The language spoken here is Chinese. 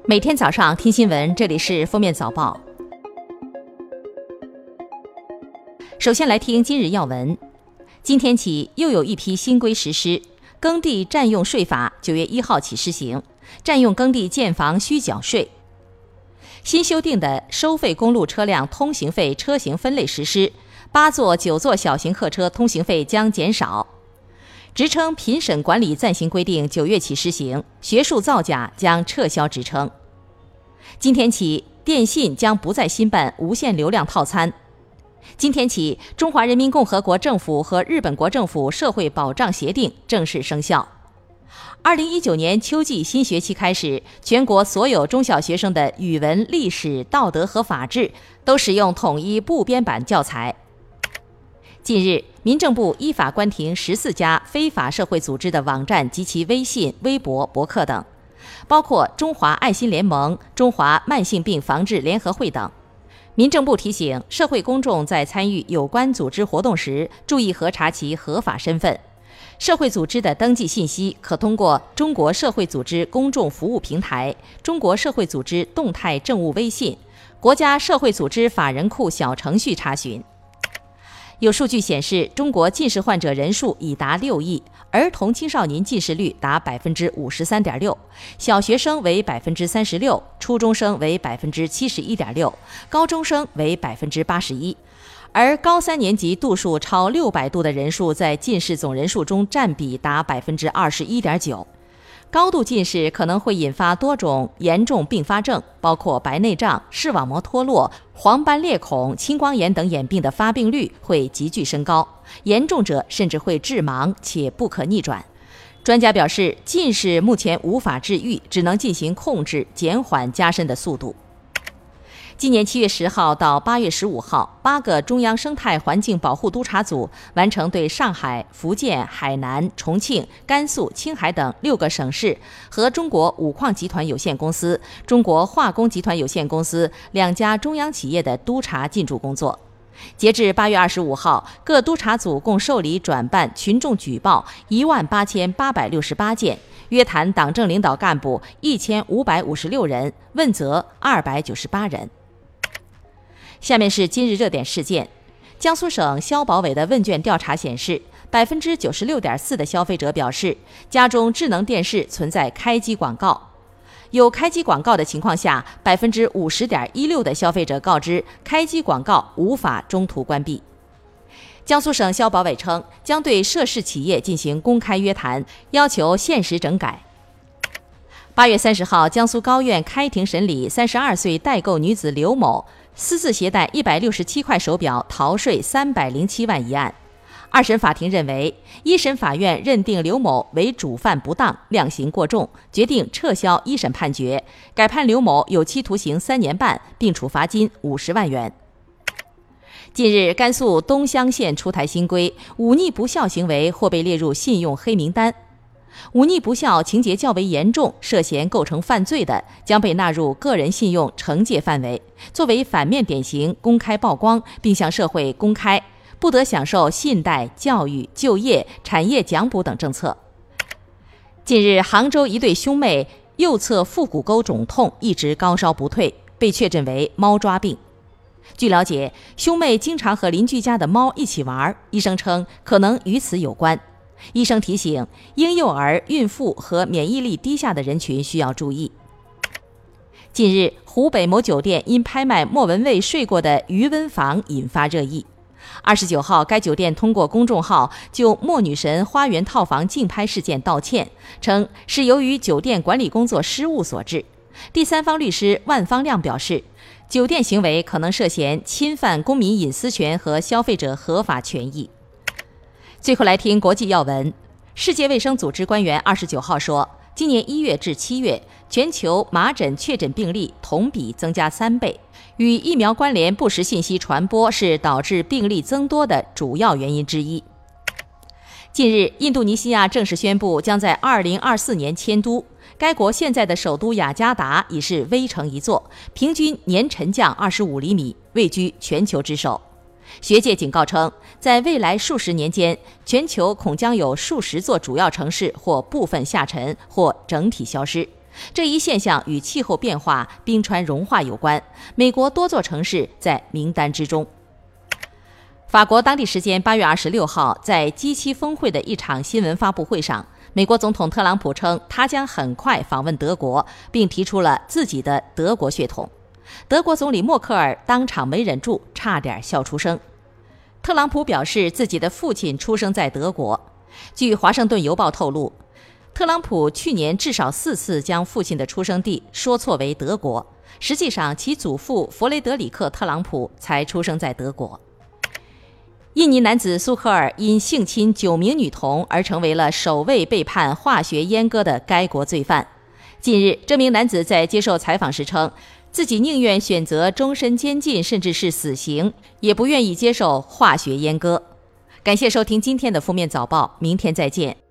每天早上听新闻，这里是封面早报。首先来听今日要闻。今天起又有一批新规实施，耕地占用税法9月1号起施行，占用耕地建房需缴税。新修订的收费公路车辆通行费车型分类实施，8座、9座小型客车通行费将减少。职称评审管理暂行规定9月起施行，学术造假将撤销职称。今天起，电信将不再新办无限流量套餐。今天起，中华人民共和国政府和日本国政府社会保障协定正式生效。2019年秋季新学期开始，全国所有中小学生的语文、历史、道德和法治都使用统一部编版教材。近日，民政部依法关停14家非法社会组织的网站及其微信、微博、博客等，包括中华爱心联盟、中华慢性病防治联合会等。民政部提醒社会公众在参与有关组织活动时，注意核查其合法身份。社会组织的登记信息可通过中国社会组织公众服务平台、中国社会组织动态政务微信、国家社会组织法人库小程序查询。有数据显示，中国近视患者人数已达6亿，儿童青少年近视率达 53.6%， 小学生为 36%， 初中生为 71.6%， 高中生为 81%， 而高3年级度数超600度的人数在近视总人数中占比达 21.9%。高度近视可能会引发多种严重并发症，包括白内障、视网膜脱落、黄斑裂孔、青光眼等眼病的发病率会急剧升高，严重者甚至会致盲且不可逆转。专家表示，近视目前无法治愈，只能进行控制，减缓加深的速度。今年7月10号到8月15号，8个中央生态环境保护督察组完成对上海、福建、海南、重庆、甘肃、青海等6个省市和中国五矿集团有限公司、中国化工集团有限公司2家中央企业的督查进驻工作。截至8月25号，各督查组共受理转办群众举报18868件，约谈党政领导干部1556人，问责298人。下面是今日热点事件。江苏省消保委的问卷调查显示，96.4%的消费者表示家中智能电视存在开机广告。有开机广告的情况下，50.16%的消费者告知开机广告无法中途关闭。江苏省消保委称，将对涉事企业进行公开约谈，要求限时整改。8月30号，江苏高院开庭审理32岁代购女子刘某私自携带167块手表逃税307万一案。二审法庭认为，一审法院认定刘某为主犯不当，量刑过重，决定撤销一审判决，改判刘某有期徒刑3年半，并处罚金50万元。近日，甘肃东乡县出台新规，忤逆不孝行为或被列入信用黑名单。忤逆不孝情节较为严重，涉嫌构成犯罪的，将被纳入个人信用惩戒范围，作为反面典型公开曝光，并向社会公开，不得享受信贷、教育、就业、产业奖补等政策。近日，杭州一对兄妹右侧腹股沟肿痛一直高烧不退，被确诊为猫抓病。据了解，兄妹经常和邻居家的猫一起玩，医生称可能与此有关。医生提醒，婴幼儿、孕妇和免疫力低下的人群需要注意。近日，湖北某酒店因拍卖莫文蔚睡过的余温房引发热议。29号，该酒店通过公众号就莫女神花园套房竞拍事件道歉，称是由于酒店管理工作失误所致。第三方律师万方亮表示，酒店行为可能涉嫌侵犯公民隐私权和消费者合法权益。最后来听国际要闻。世界卫生组织官员29号说，今年1月至7月，全球麻疹确诊病例同比增加3倍，与疫苗关联不实信息传播是导致病例增多的主要原因之一。近日，印度尼西亚正式宣布将在2024年迁都，该国现在的首都雅加达已是危城一座，平均年沉降25厘米，位居全球之首。学界警告称，在未来数十年间，全球恐将有数十座主要城市或部分下沉或整体消失。 这一现象与气候变化、冰川融化有关，美国多座城市在名单之中。法国当地时间8月26号，在G7峰会的一场新闻发布会上，美国总统特朗普称他将很快访问德国，并提出了自己的德国血统。德国总理默克尔当场没忍住，差点笑出声。特朗普表示自己的父亲出生在德国。据《华盛顿邮报》透露，特朗普去年至少4次将父亲的出生地说错为德国，实际上其祖父弗雷德里克·特朗普才出生在德国。印尼男子苏科尔因性侵9名女童而成为了首位被判化学阉割的该国罪犯。近日，这名男子在接受采访时称，自己宁愿选择终身监禁甚至是死刑，也不愿意接受化学阉割。感谢收听今天的封面早报，明天再见。